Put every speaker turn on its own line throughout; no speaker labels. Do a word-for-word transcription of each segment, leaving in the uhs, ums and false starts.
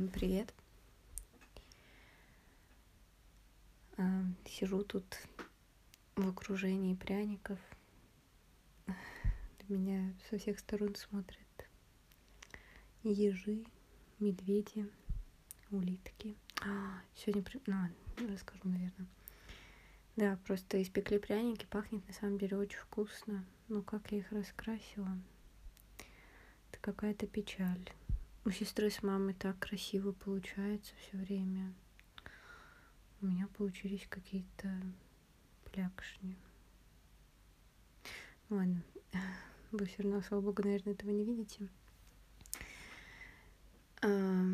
Всем привет. А, Сижу тут в окружении пряников. На меня со всех сторон смотрят ежи, медведи, улитки. А, Сегодня... при- Ну, ладно, расскажу, наверное. Да, просто испекли пряники, пахнет на самом деле очень вкусно. Но как я их раскрасила, это какая-то печаль. У сестры с мамой так красиво получается все время. У меня получились какие-то плякшни. Ну ладно, вы все равно, слава богу, наверное, этого не видите. А,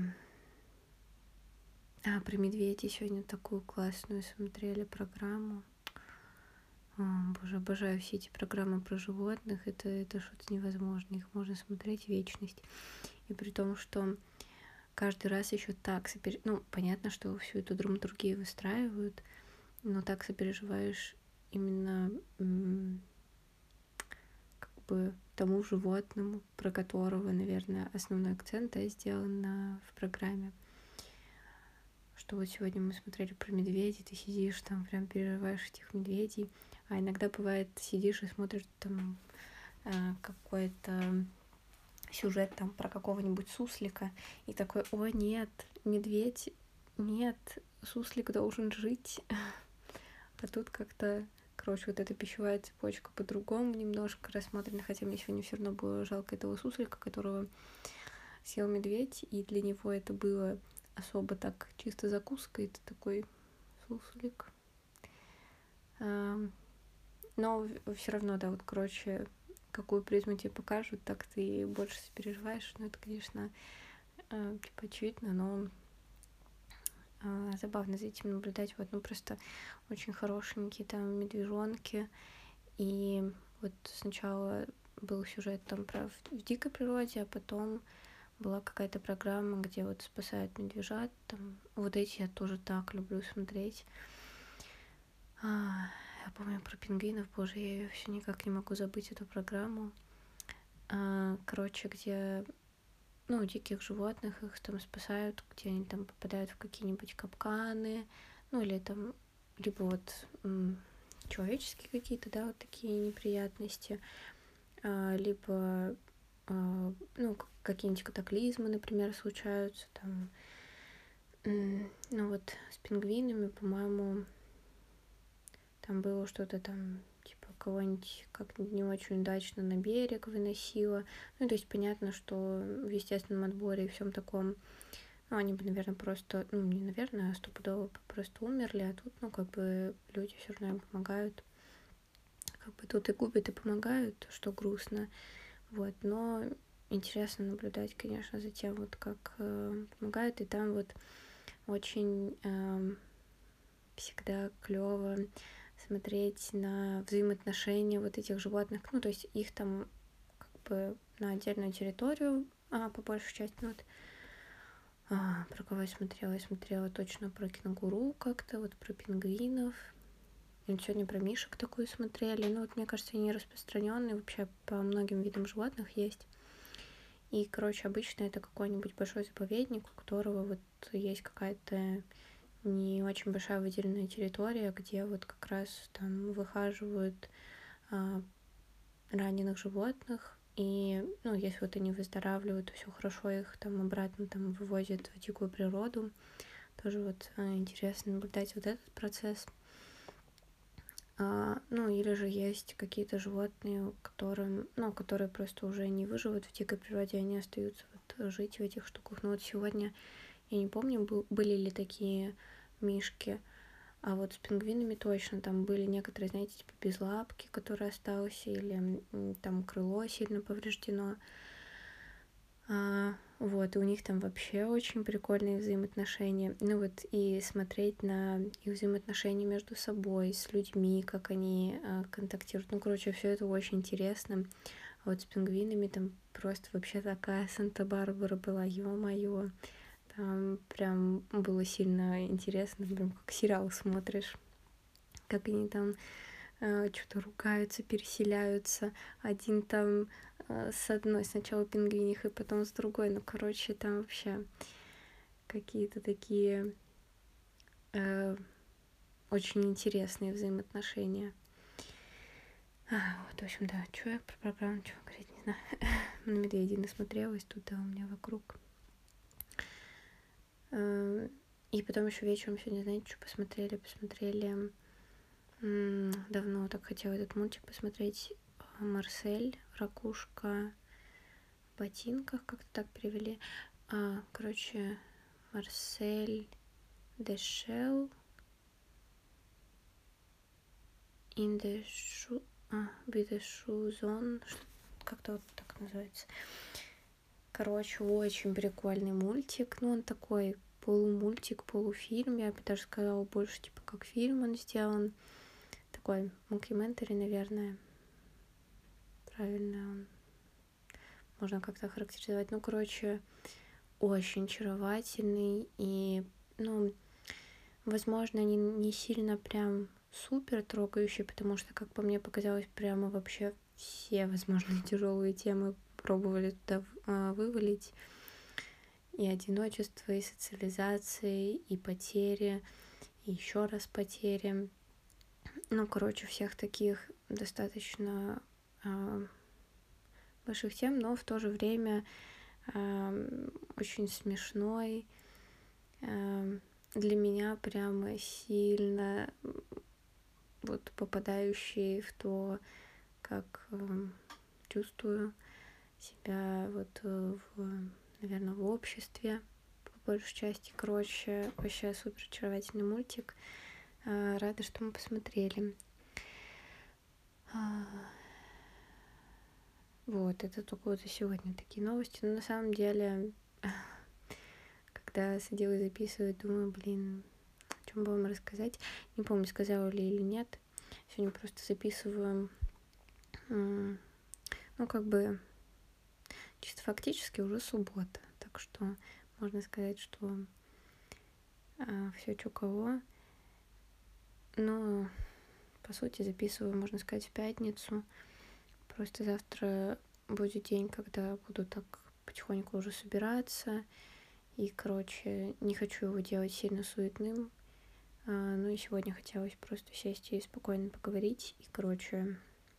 а про медведей сегодня такую классную смотрели программу. О, боже, обожаю все эти программы про животных. Это, это что-то невозможное. Их можно смотреть вечность. И при том, что каждый раз еще так сопер... Ну, понятно, что всю эту драматургию выстраивают, но так сопереживаешь именно м- как бы тому животному, про которого, наверное, основной акцент да, сделан на, в программе. Что вот сегодня мы смотрели про медведей, ты сидишь там, прям переживаешь этих медведей, а иногда бывает, сидишь и смотришь там э, какой-то сюжет там про какого-нибудь суслика, и такой, о нет, медведь, нет, суслик должен жить. А тут как-то, короче, вот эта пищевая цепочка по-другому немножко рассмотрена, хотя мне сегодня все равно было жалко этого суслика, которого съел медведь, и для него это было особо так чисто закуской, это такой суслик. Но все равно, да, вот, короче, какую призму тебе покажут, так ты больше сопереживаешь. Ну, это, конечно, типа очевидно, но забавно за этим наблюдать. Вот, ну, просто очень хорошенькие там медвежонки. И вот сначала был сюжет там про в, в дикой природе, а потом была какая-то программа, где вот спасают медвежат. Там, вот эти я тоже так люблю смотреть. А, я помню про пингвинов, боже, я ее все никак не могу забыть, эту программу. А, короче, где, ну, диких животных, их там спасают, где они там попадают в какие-нибудь капканы, ну, или там, либо вот м- человеческие какие-то, да, вот такие неприятности, а, либо, а, ну, какие-нибудь катаклизмы, например, случаются, там, м- ну, вот с пингвинами, по-моему, там было что-то там, типа, кого-нибудь как-то не очень удачно на берег выносило. Ну, то есть понятно, что в естественном отборе и всем таком, ну, они бы, наверное, просто, ну, не наверное, а стопудово просто умерли, а тут, ну, как бы люди все равно им помогают. Как бы тут и губят, и помогают, что грустно. Вот, но интересно наблюдать, конечно, за тем, вот как э, помогают. И там вот очень э, всегда клево смотреть на взаимоотношения вот этих животных, ну, то есть их там как бы на отдельную территорию, а, по большей части, ну, вот, а, про кого я смотрела? Я смотрела точно про кенгуру как-то, вот про пингвинов, и вот сегодня про мишек такую смотрели, ну, вот мне кажется, они распространенные вообще по многим видам животных есть, и, короче, обычно это какой-нибудь большой заповедник, у которого вот есть какая-то не очень большая выделенная территория, где вот как раз там выхаживают а, раненых животных, и, ну, если вот они выздоравливают, то все хорошо, их там обратно там вывозят в дикую природу. Тоже вот а, интересно наблюдать вот этот процесс. А, ну, или же есть какие-то животные, которым, ну, которые просто уже не выживут в дикой природе, они остаются вот жить в этих штуках. Ну, вот сегодня, я не помню, был, были ли такие мишки, а вот с пингвинами точно там были некоторые, знаете, типа без лапки, который остался, или там крыло сильно повреждено. А, вот, и у них там вообще очень прикольные взаимоотношения. Ну вот, и смотреть на их взаимоотношения между собой, с людьми, как они а, контактируют. Ну, короче, все это очень интересно. А вот с пингвинами там просто вообще такая Санта-Барбара была, ё-моё. Там прям было сильно интересно, прям как сериал смотришь, как они там э, что-то ругаются, переселяются. Один там э, с одной сначала пингвинихой, потом с другой. Ну, короче, там вообще какие-то такие э, очень интересные взаимоотношения. А, вот, в общем, да, что я про программу, чего говорить, не знаю. На медведей насмотрелась тут, да, у меня вокруг. И потом еще вечером сегодня, знаете, что посмотрели? Посмотрели... М- давно так хотела этот мультик посмотреть. Марсель, ракушка в ботинках, как-то так перевели. А, короче, Марсель де Shell in the shoe... А, with the shoes on. Как-то вот так называется. Короче, очень прикольный мультик. Ну, он такой полумультик, полуфильм. Я бы даже сказала, больше типа как фильм он сделан. Такой мокюментари, наверное. Правильно он можно как-то характеризовать. Ну, короче, очень очаровательный. И, ну, возможно, не, не сильно прям супер трогающий, потому что, как по мне показалось, прямо вообще все возможные тяжелые темы пробовали туда а, вывалить. И одиночество, и социализации, и потери, и еще раз потери. Ну, короче, всех таких достаточно э, больших тем, но в то же время э, очень смешной. Э, для меня прямо сильно вот попадающий в то, как э, чувствую себя вот э, в, наверное, в обществе, по большей части. Короче, вообще супер очаровательный мультик. Э, рада, что мы посмотрели. Вот, это только вот сегодня такие новости. Но на самом деле, когда садилась записывать, думаю, блин, о чем бы вам рассказать. Не помню, сказала ли или нет. Сегодня просто записываю, ну, как бы, чисто фактически уже суббота. Так что можно сказать, что а, все чё кого. Но, по сути, записываю, можно сказать, в пятницу. Просто завтра будет день, когда буду так потихоньку уже собираться. И, короче, не хочу его делать сильно суетным. А, ну и сегодня хотелось просто сесть и спокойно поговорить. И, короче,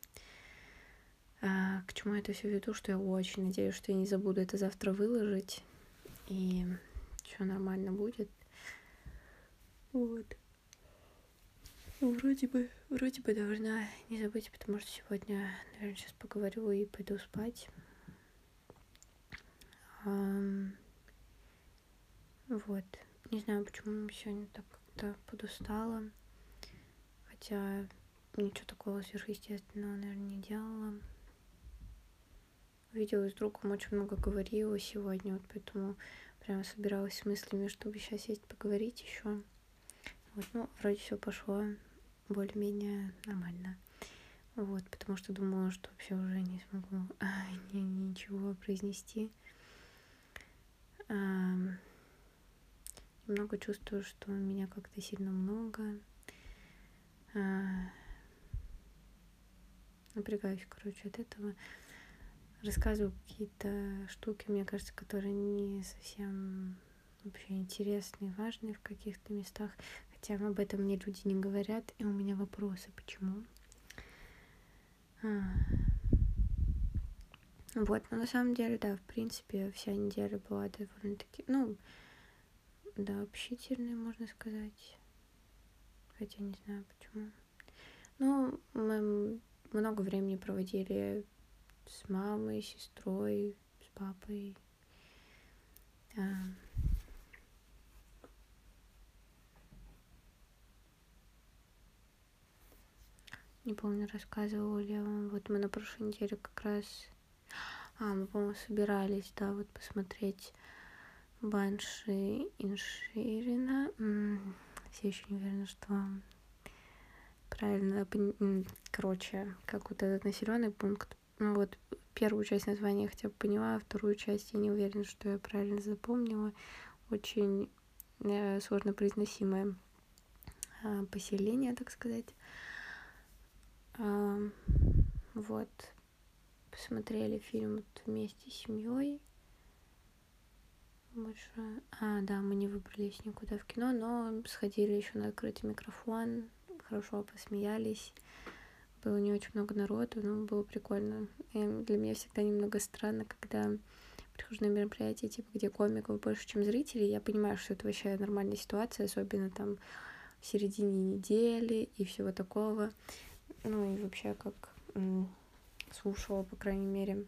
а, к чему я это все веду, что я очень надеюсь, что я не забуду это завтра выложить. И все нормально будет. Вот. Ну, вроде бы, вроде бы должна не забыть, потому что сегодня, наверное, сейчас поговорю и пойду спать. Um, вот. Не знаю, почему сегодня так как-то подустала. Хотя ничего такого сверхъестественного, наверное, не делала. Виделась с другом, очень много говорила сегодня, вот поэтому прямо собиралась с мыслями, чтобы сейчас сесть поговорить еще. Вот, ну, вроде все пошло более-менее нормально. Вот, потому что думала, что вообще уже не смогу а, ни, ничего произнести. А, немного чувствую, что меня как-то сильно много. А, напрягаюсь, короче, от этого. Рассказываю какие-то штуки, мне кажется, которые не совсем вообще интересные, важные в каких-то местах. Хотя об этом мне люди не говорят, и у меня вопросы, почему. А. Вот, но на самом деле, да, в принципе, вся неделя была довольно-таки, ну, да, общительной, можно сказать. Хотя не знаю почему. Ну, мы много времени проводили с мамой, сестрой, с папой. А. Не помню, рассказывала ли я вам. Вот мы на прошлой неделе как раз... А, мы, по-моему, собирались, да, вот посмотреть Банши Инширина. М-м, все еще не уверена, что правильно... Короче, как вот этот населенный пункт. Ну вот, первую часть названия я хотя бы поняла, а вторую часть я не уверена, что я правильно запомнила. Очень э, сложно произносимое э, поселение, так сказать. А, вот. Посмотрели фильм вот вместе с семьей. больше... А, да, мы не выбрались никуда в кино, но сходили еще на открытый микрофон, хорошо посмеялись. Было не очень много народу, но было прикольно. И для меня всегда немного странно, когда прихожу на мероприятие, типа, где комиков больше, чем зрителей. Я понимаю, что это вообще нормальная ситуация, особенно там в середине недели и всего такого. Ну и вообще, как м- слушала, по крайней мере.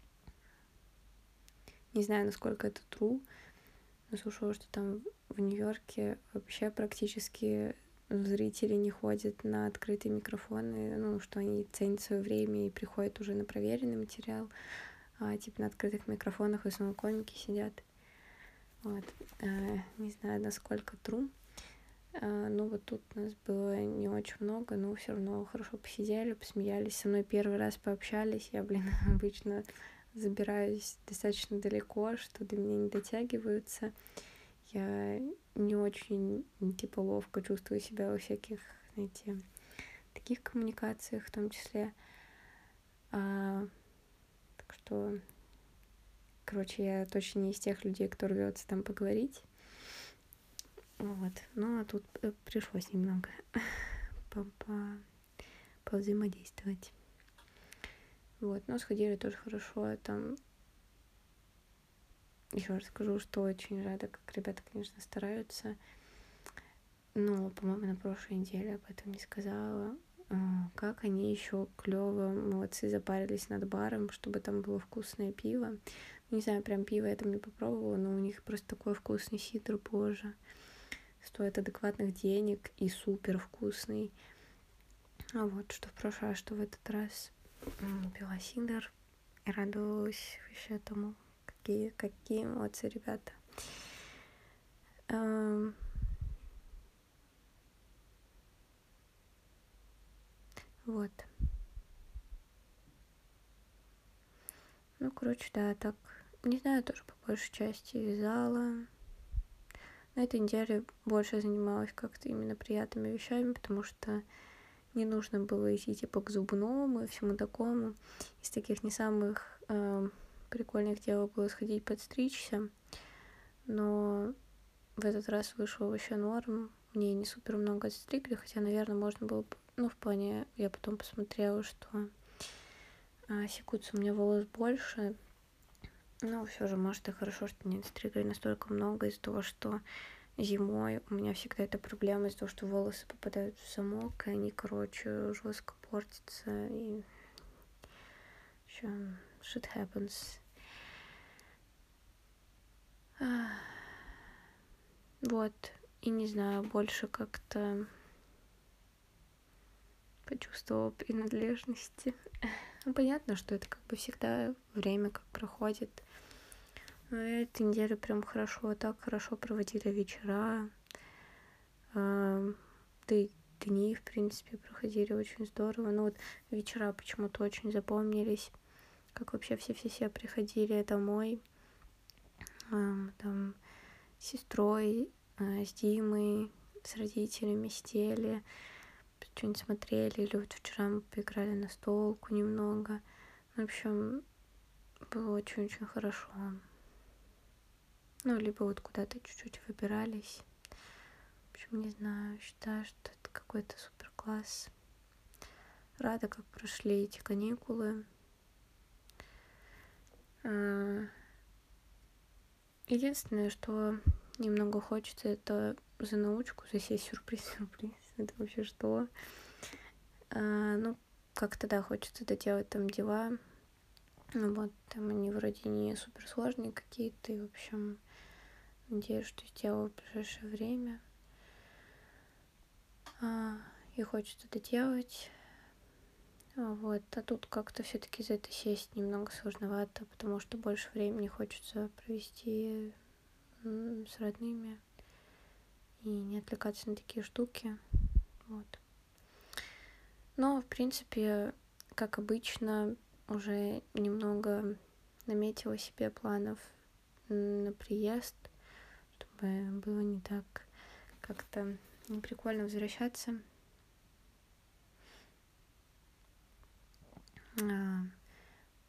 Не знаю, насколько это true, но слушала, что там в Нью-Йорке вообще практически зрители не ходят на открытые микрофоны, ну, что они ценят свое время и приходят уже на проверенный материал, а типа на открытых микрофонах в основном комики сидят. Вот. А, не знаю, насколько true. А, ну, вот тут нас было не очень много, но все равно хорошо посидели, посмеялись. Со мной первый раз пообщались. Я, блин, обычно забираюсь достаточно далеко, что до меня не дотягиваются. Я не очень, типа, ловко чувствую себя во всяких, знаете, таких коммуникациях в том числе. А, так что, короче, я точно не из тех людей, кто рвется там поговорить. Вот. Ну, а тут пришлось немного повзаимодействовать. Вот. Но сходили тоже хорошо. Там еще раз скажу, что очень рада, как ребята, конечно, стараются. Но, по-моему, на прошлой неделе об этом не сказала. Как они еще клево, молодцы, запарились над баром, чтобы там было вкусное пиво. Не знаю, прям пиво я там не попробовала, но у них просто такой вкусный сидр, боже. Стоит адекватных денег и супер вкусный. А вот, что в прошлый раз, что в этот раз пила сидр и радовалась вообще тому, какие, какие эмоции, ребята. Эм... Вот. Ну, короче, да, так, не знаю, тоже по большей части вязала. На этой неделе больше занималась как-то именно приятными вещами, потому что не нужно было идти типа к зубному и всему такому. Из таких не самых э, прикольных дел было сходить подстричься, но в этот раз вышло вообще норм. Мне не супер много отстригли, хотя, наверное, можно было бы, ну, в плане, я потом посмотрела, что э, секутся у меня волос больше. Но все же, может, и хорошо, что не отстригли настолько много из-за того, что зимой у меня всегда эта проблема из-за того, что волосы попадают в замок, и они, короче, жестко портятся, и еще shit happens. Вот, и не знаю, больше как-то почувствовала принадлежности. Ну, понятно, что это как бы всегда время как проходит. Но эту неделю прям хорошо, так хорошо проводили вечера. Да и дни, в принципе, проходили очень здорово. Ну вот вечера почему-то очень запомнились, как вообще все-все-все приходили домой, там, с сестрой, с Димой, с родителями сидели, что-нибудь смотрели, или вот вчера мы поиграли на столку немного. В общем, было очень-очень хорошо. Ну, либо вот куда-то чуть-чуть выбирались. В общем, не знаю, считаю, что это какой-то супер класс. Рада, как прошли эти каникулы. Единственное, что немного хочется, это за научку засесть. Сюрприз-сюрприз. Это вообще что? А, ну, как-то, да, хочется доделать там дела. Ну вот, там они вроде не суперсложные какие-то. И, в общем, надеюсь, что сделаю в ближайшее время. А, и хочется доделать. Вот, а тут как-то все-таки за это сесть немного сложновато, потому что больше времени хочется провести с родными и не отвлекаться на такие штуки. Вот. Но, в принципе, как обычно, уже немного наметила себе планов на приезд, чтобы было не так как-то неприкольно возвращаться.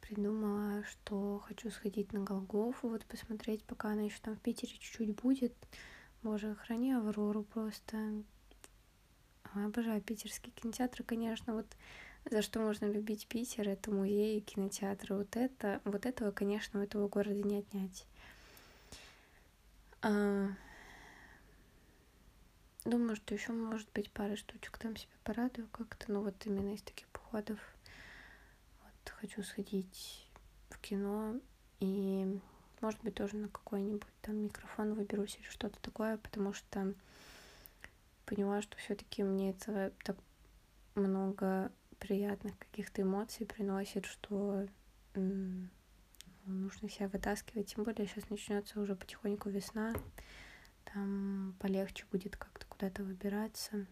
придумала, что хочу сходить на Голгофу, вот посмотреть, пока она еще там в Питере чуть-чуть будет. Боже, храни Аврору просто. Ой, обожаю питерские кинотеатры, конечно. Вот за что можно любить Питер, это музеи и кинотеатры. Вот это, вот этого, конечно, у этого города не отнять. А, думаю, что еще может быть пара штучек там себе порадую как-то. Ну вот именно из таких походов. Вот хочу сходить в кино и, может быть, тоже на какой-нибудь там микрофон выберусь или что-то такое, потому что поняла, что все-таки мне это так много приятных каких-то эмоций приносит, что м, нужно себя вытаскивать. Тем более сейчас начнется уже потихоньку весна, там полегче будет как-то куда-то выбираться.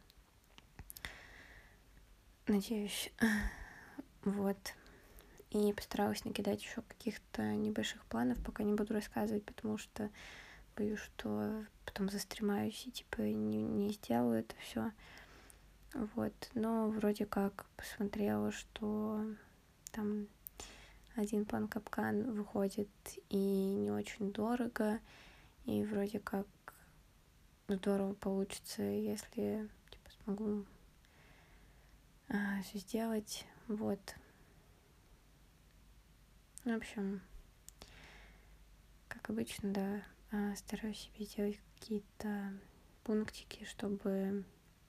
Надеюсь. Вот. И постаралась накидать еще каких-то небольших планов, пока не буду рассказывать, потому что боюсь, что потом застремаюсь и типа не, не сделаю это все. Вот. Но вроде как посмотрела, что там один план капкан выходит и не очень дорого, и вроде как здорово получится, если типа смогу а, все сделать. Вот. В общем, как обычно, да, а, стараюсь себе делать какие-то пунктики, чтобы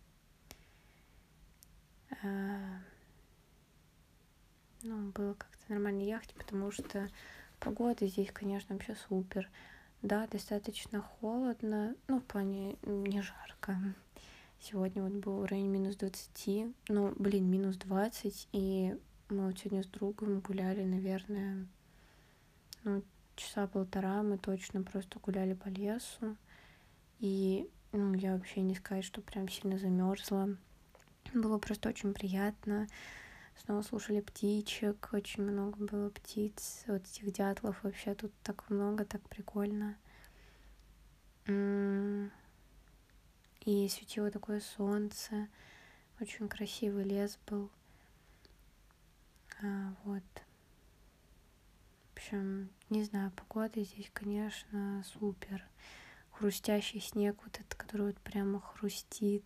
а, ну, было как-то нормально ехать, потому что погода здесь, конечно, вообще супер. Да, достаточно холодно, ну, в плане не жарко. Сегодня вот был в районе минус двадцати, ну, блин, минус двадцать, и мы вот сегодня с другом гуляли, наверное, ну, часа полтора мы точно просто гуляли по лесу, и, ну, я вообще не сказать, что прям сильно замерзла. Было просто очень приятно. Снова слушали птичек, очень много было птиц, вот этих дятлов вообще тут так много, так прикольно. И светило такое солнце, очень красивый лес был. А, вот. В общем, не знаю, погода здесь, конечно, супер. Хрустящий снег, вот этот, который вот прямо хрустит.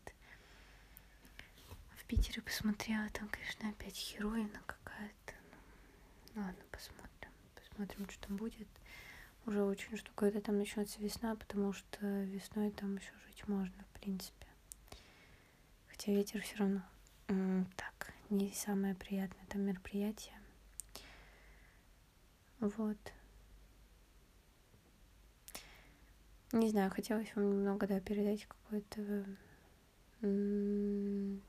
В Питере посмотрела, там, конечно, опять херовина какая-то. Ну, ладно, посмотрим. Посмотрим, что там будет. Уже очень жду, когда там начнется весна, потому что весной там еще жить можно, в принципе. Хотя ветер все равно м- так, не самое приятное там мероприятие. Вот. Не знаю, хотелось вам немного, да, передать какой-то м-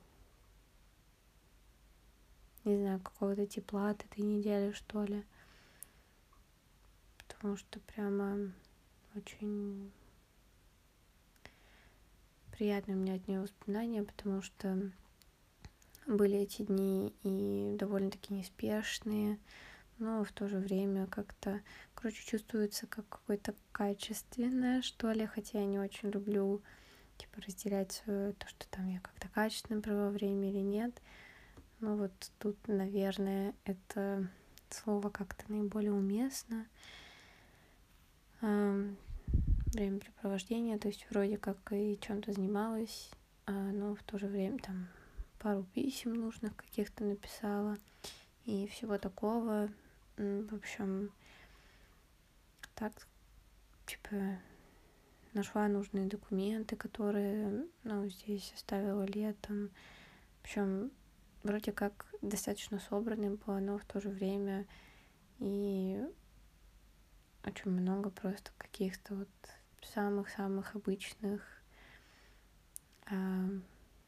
не знаю, какого-то тепла от этой недели, что ли. Потому что прямо очень приятные у меня от нее воспоминания, потому что были эти дни и довольно-таки неспешные, но в то же время как-то, короче, чувствуется как какое-то качественное, что ли, хотя я не очень люблю, типа, разделять свое, то, что там я как-то качественно провела время или нет. Но вот тут, наверное, это слово как-то наиболее уместно. Времяпрепровождение, то есть вроде как и чем-то занималась, но в то же время там пару писем нужных каких-то написала и всего такого. В общем, так, типа, нашла нужные документы, которые, ну, здесь оставила летом. В общем, вроде как достаточно собранной была, но в то же время и очень много просто каких-то вот самых-самых обычных а,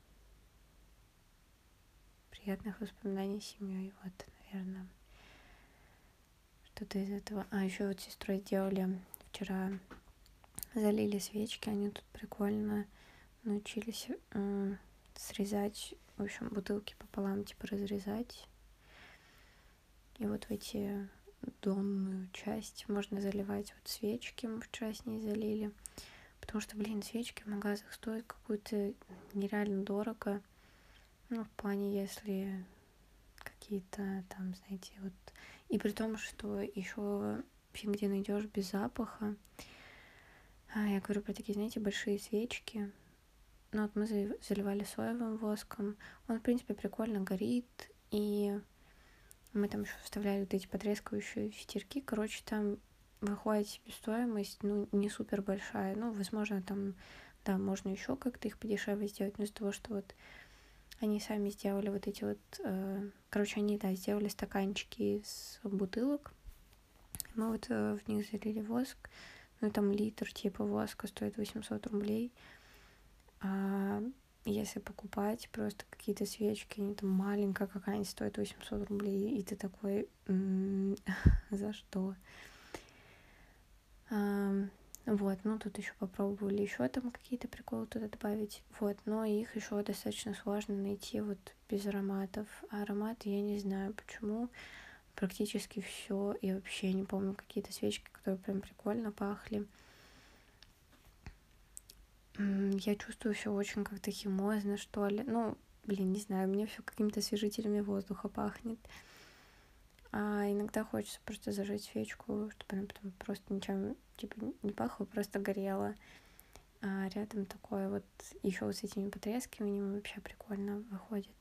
приятных воспоминаний с семьей. Вот, наверное, что-то из этого. А, еще вот с сестрой делали вчера, залили свечки, они тут прикольно научились э, срезать, в общем, бутылки пополам, типа, разрезать. И вот в эти донную часть можно заливать вот свечки, мы вчера с ней залили. Потому что, блин, свечки в магазах стоят какую-то нереально дорого. Ну, в плане, если какие-то там, знаете, вот И при том, что еще фиг где найдешь без запаха. А, я говорю про такие, знаете, большие свечки. Ну вот мы заливали соевым воском. Он, в принципе, прикольно горит. И мы там еще вставляли вот эти потрескивающие фитильки. Короче, там выходит себестоимость, ну, не супер большая. Ну, возможно, там, да, можно еще как-то их подешевле сделать, но из-за того, что вот они сами сделали вот эти вот... Э, короче, они, да, сделали стаканчики из бутылок. Мы вот э, в них залили воск. Ну, там литр типа воска стоит восемьсот рублей. А если покупать просто какие-то свечки, они там маленькая какая-нибудь стоит восемьсот рублей, и ты такой, м-м, за что? А, вот, ну тут еще попробовали еще там какие-то приколы туда добавить, вот, но их еще достаточно сложно найти вот без ароматов. А ароматы я не знаю почему, практически все, я вообще не помню какие-то свечки, которые прям прикольно пахли. Я чувствую все очень как-то химозно, что ли. Ну, блин, не знаю, мне все какими-то освежителями воздуха пахнет. А иногда хочется просто зажечь свечку, чтобы она потом просто ничем типа не пахла, просто горела. А рядом такое вот еще вот с этими потрескиваниями вообще прикольно выходит.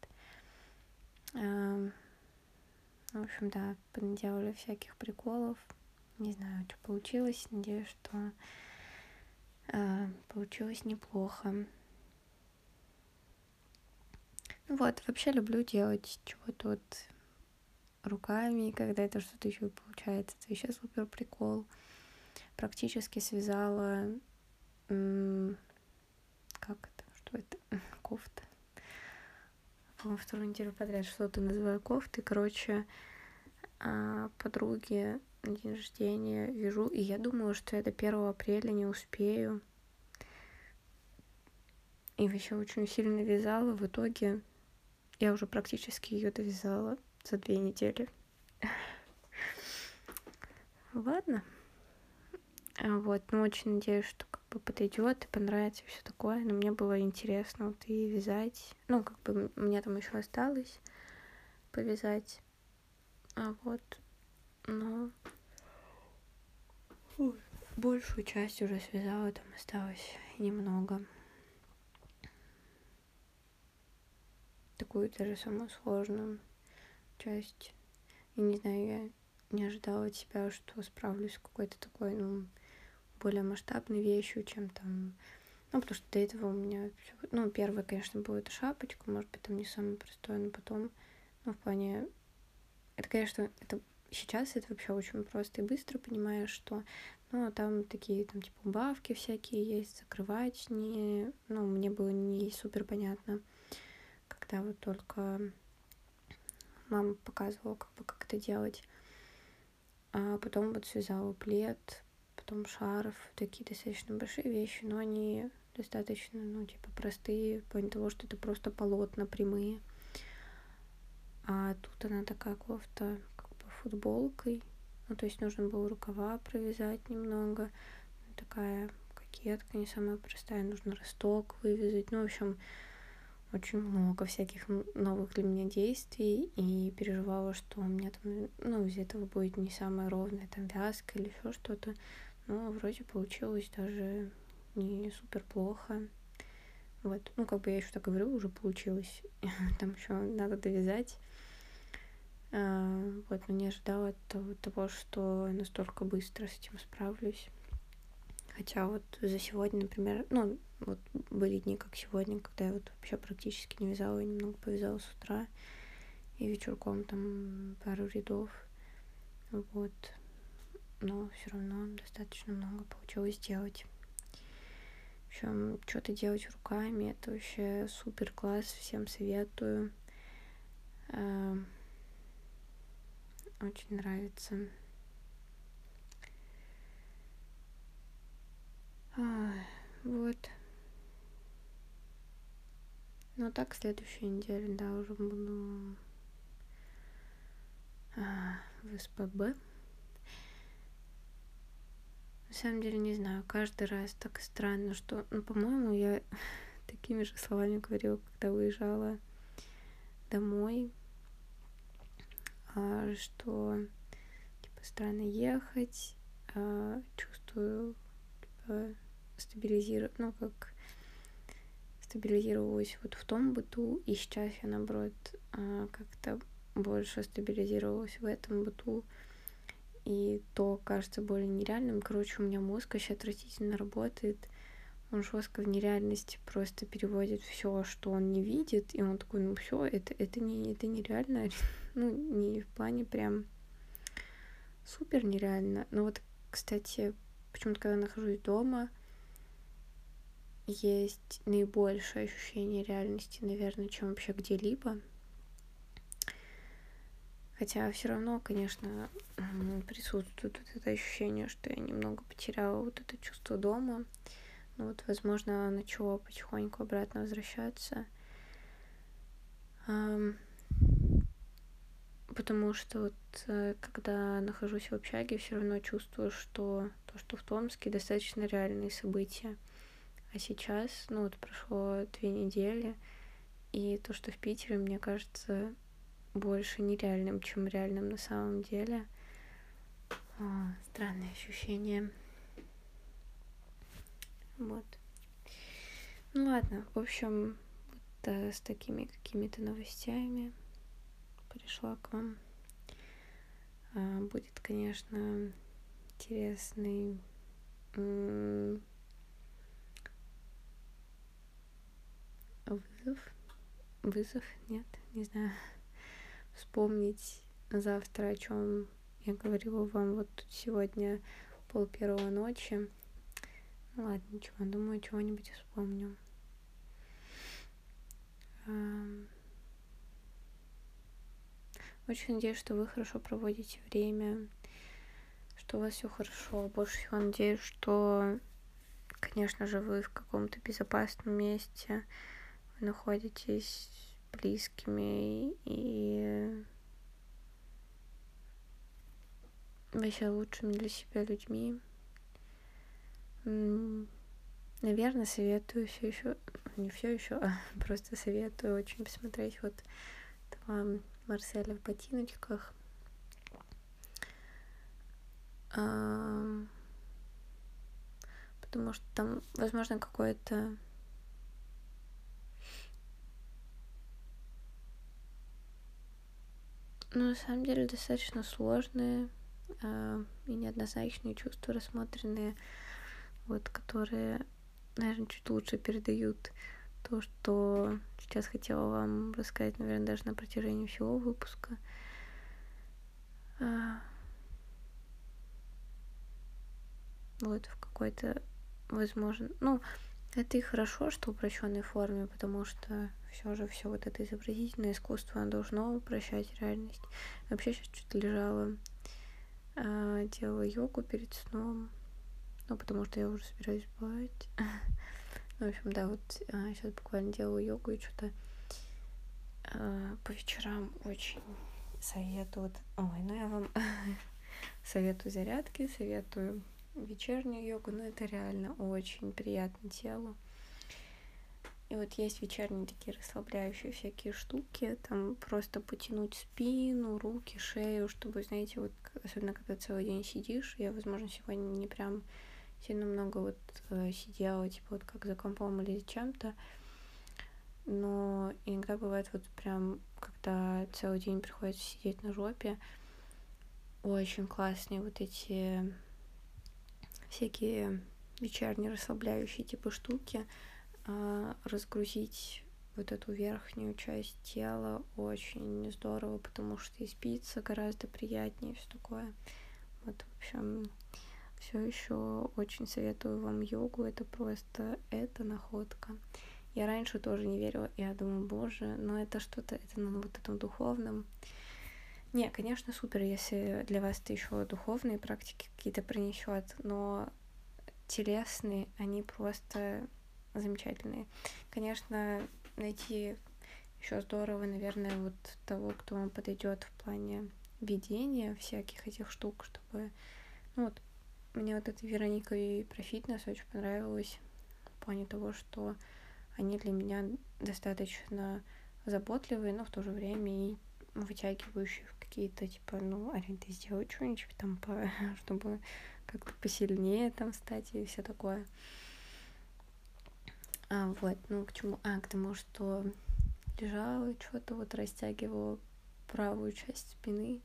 А, в общем, да, понаделали всяких приколов. Не знаю, что получилось. Надеюсь, что а, получилось неплохо. Вот, вообще люблю делать чего-то вот руками, когда это что-то еще получается. Это еще супер прикол. Практически связала... М- как это? Что это? Кофта. По-моему, вторую неделю подряд что-то называю кофтой. Короче, подруге на день рождения вяжу, и я думала, что я до первого апреля не успею. И вообще очень сильно вязала. В итоге я уже практически ее довязала за две недели. Ладно. Вот, ну очень надеюсь, что как бы подойдет и понравится все такое. Но мне было интересно вот и вязать. Ну, как бы мне там еще осталось повязать. А вот, но большую часть уже связала, там осталось немного. Такую даже самую сложную часть. Я не знаю, я не ожидала от себя, что справлюсь с какой-то такой, ну, более масштабной вещью, чем там... Ну, потому что до этого у меня... Всё... Ну, первое, конечно, была эта шапочка, может быть, там не самое простое, но потом, ну, в плане... Это, конечно, это сейчас это вообще очень просто и быстро понимаешь, что... Ну, там такие, там, типа, убавки всякие есть, закрывать не... Ну, мне было не супер понятно, когда вот только мама показывала, как бы, как это делать. А потом вот связала плед, потом шарф, такие достаточно большие вещи, но они достаточно, ну, типа, простые, в плане того, что это просто полотна прямые. А тут она такая кофта, как бы, футболкой. Ну, то есть нужно было рукава провязать немного. Такая кокетка не самая простая, нужно росток вывязать. Ну, в общем, очень много всяких новых для меня действий, и переживала, что у меня там, ну, из этого будет не самая ровная там вязка или еще что-то. Но вроде получилось даже не супер плохо. Вот, ну, как бы я еще так говорю, уже получилось. Там еще надо довязать. А, вот, но не ожидала того, того, что настолько быстро с этим справлюсь. Хотя вот за сегодня, например, ну, вот были дни, как сегодня, когда я вот вообще практически не вязала, я немного повязала с утра, и вечерком там пару рядов, вот, но все равно достаточно много получилось сделать. В общем, что-то делать руками, это вообще супер класс, всем советую. Очень нравится. А, вот. Ну, так, следующей неделе, да, уже буду а, в СПБ. На самом деле, не знаю, каждый раз так странно, что, ну, по-моему, я такими же словами говорила, когда уезжала домой, а, что странно ехать, э, чувствую, типа, стабилизирую, ну, как стабилизировалась вот в том быту, и сейчас я, наоборот, э, как-то больше стабилизировалась в этом быту, и то кажется более нереальным. Короче, у меня мозг вообще отвратительно работает. Он жестко в нереальности просто переводит все, что он не видит, и он такой, ну все, это, это, не, это нереально. Ну, не в плане прям супер нереально. Но вот, кстати, почему-то, когда нахожусь дома, есть наибольшее ощущение реальности, наверное, чем вообще где-либо. Хотя все равно, конечно, присутствует вот это ощущение, что я немного потеряла вот это чувство дома. Ну вот, возможно, начало потихоньку обратно возвращаться. Потому что вот когда нахожусь в общаге, все равно чувствую, что то, что в Томске, достаточно реальные события. А сейчас, ну вот прошло две недели, и то, что в Питере, мне кажется, больше нереальным, чем реальным на самом деле. О, странное ощущение. Вот. Ну ладно, в общем, вот э, с такими какими-то новостями пришла к вам. А, будет, конечно, интересный м- вызов. Вызов, нет, не знаю. Вспомнить завтра, о чем я говорила вам вот тут сегодня пол первого ночи. Ну ладно, ничего, думаю, чего-нибудь вспомню. Очень надеюсь, что вы хорошо проводите время, что у вас все хорошо. Больше всего надеюсь, что, конечно же, вы в каком-то безопасном месте, вы находитесь с близкими и вообще лучшими для себя людьми. Наверное, советую все еще, не все еще, а просто советую очень посмотреть вот этого Марселя в ботиночках. А, потому что там, возможно, какое-то ну, на самом деле, достаточно сложные э, и неоднозначные чувства рассмотренные, вот, которые, наверное, чуть лучше передают то, что сейчас хотела вам рассказать, наверное, даже на протяжении всего выпуска. А, вот, в какой-то, возможно, ну, это и хорошо, что в упрощенной форме, потому что все же все вот это изобразительное искусство, оно должно упрощать реальность. Вообще сейчас что-то лежала, э, делала йогу перед сном, ну, потому что я уже собираюсь спать. Ну, в общем, да, вот э, сейчас буквально делаю йогу и что-то э, по вечерам очень советую. Ой, ну я вам советую зарядки, советую вечернюю йогу, но это реально очень приятно телу. И вот есть вечерние такие расслабляющие всякие штуки, там просто потянуть спину, руки, шею, чтобы, знаете, вот особенно когда целый день сидишь, я, возможно, сегодня не прям сильно много вот э, сидела, типа вот как за компом или за чем-то, но иногда бывает вот прям, когда целый день приходится сидеть на жопе, очень классные вот эти всякие вечерние расслабляющие типа штуки, разгрузить вот эту верхнюю часть тела очень здорово, потому что и спится гораздо приятнее, все такое. Вот, в общем, все еще очень советую вам йогу, это просто, это находка. Я раньше тоже не верила, я думаю, боже, но это что-то, это на вот этом духовном. Не, конечно, супер, если для вас это еще духовные практики какие-то принесет, но телесные, они просто замечательные. Конечно, найти еще здорово, наверное, вот того, кто вам подойдет в плане ведения всяких этих штук, чтобы... Ну вот, мне вот эта Вероника и про фитнес очень понравилось в плане того, что они для меня достаточно заботливые, но в то же время и вытягивающие в какие-то, типа, ну, Арин, ты сделай что-нибудь там, по... чтобы как-то посильнее там стать и все такое. А, вот, ну, к чему? А, к тому, что лежала, что-то вот растягивала правую часть спины.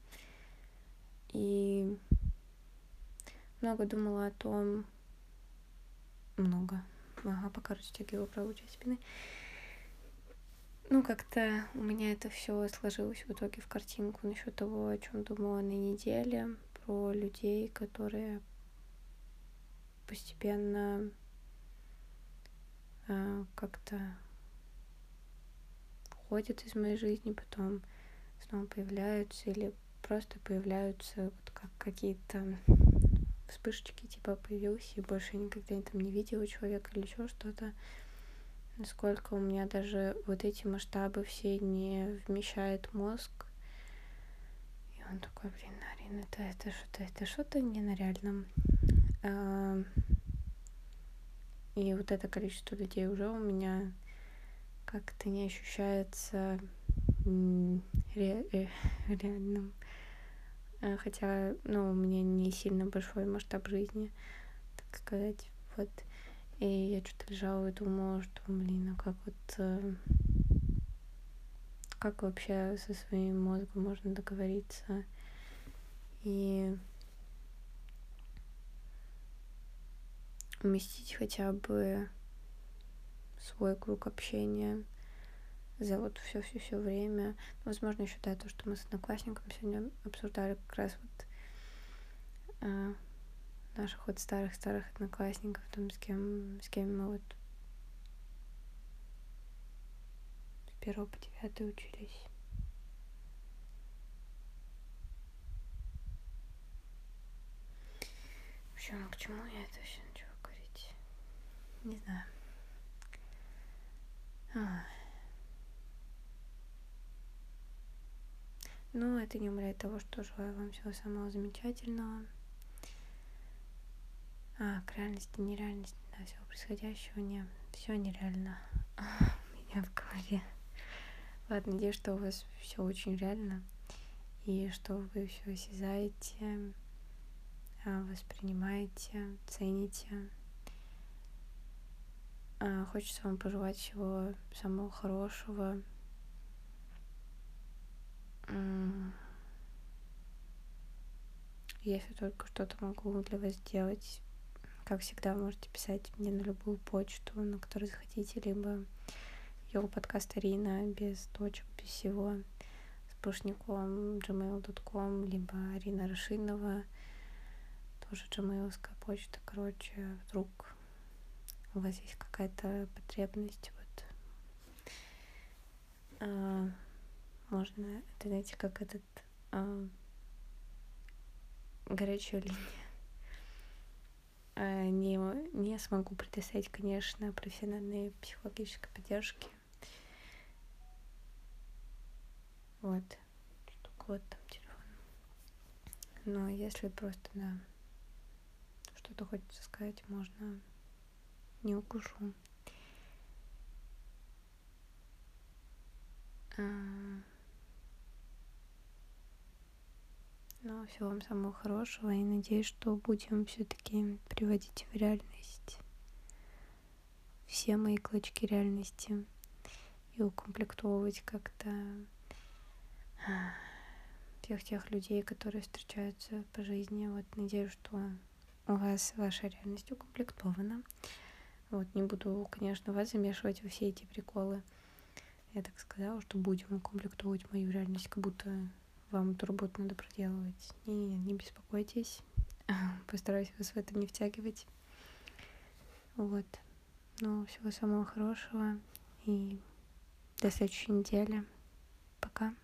И много думала о том... Много. Ага, пока растягивала правую часть спины. Ну, как-то у меня это все сложилось в итоге в картинку насчет того, о чем думала на неделе, про людей, которые постепенно э, как-то уходят из моей жизни, потом снова появляются или просто появляются вот как какие-то вспышечки, типа появился, и больше никогда там не видела человека или еще что-то. Насколько у меня даже вот эти масштабы все не вмещает мозг. И он такой, блин, Арина, это, это что-то, это что-то не на реальном. А, и вот это количество людей уже у меня как-то не ощущается ре- ре- реальным. А, хотя, ну, у меня не сильно большой масштаб жизни, так сказать. Вот. И я что-то лежала и думала, что, блин, а как вот... Э, как вообще со своим мозгом можно договориться и уместить хотя бы свой круг общения за вот все-все-все время. Возможно, еще да, то, что мы с одноклассником сегодня обсуждали как раз вот э, наших вот старых-старых одноклассников, там, с кем, с кем мы вот с первого по девятый учились. В общем, к чему я это все начала говорить? Не знаю. А. Но это не умаляет того, что желаю вам всего самого замечательного. А, к реальности, нереальности, да, всего происходящего, не, все нереально у меня в голове. Ладно, надеюсь, что у вас все очень реально, и что вы все осязаете, воспринимаете, цените. Хочется вам пожелать всего самого хорошего. Если только что-то могу для вас сделать, как всегда, можете писать мне на любую почту, на которую захотите, либо йога подкаст Арина без точек, без всего, с пушником джимейл точка ком, либо Арина Рашинова, тоже джимейлская почта. Короче, вдруг у вас есть какая-то потребность, вот а, можно, это, знаете, как этот а, горячая линия. А, не, не смогу предоставить, конечно, профессиональной психологической поддержки. Вот. Только вот там телефон. Но если просто, да, что-то хочется сказать, можно, не укушу. А... Но всего вам самого хорошего, и надеюсь, что будем все-таки приводить в реальность все мои клочки реальности и укомплектовывать как-то всех тех людей, которые встречаются по жизни. Вот надеюсь, что у вас ваша реальность укомплектована. Вот, не буду, конечно, вас замешивать во все эти приколы. Я так сказала, что будем укомплектовывать мою реальность, как будто вам эту работу надо проделывать. Не-не-не, не беспокойтесь. Постараюсь вас в это не втягивать. Вот. Ну, всего самого хорошего. И до следующей недели. Пока.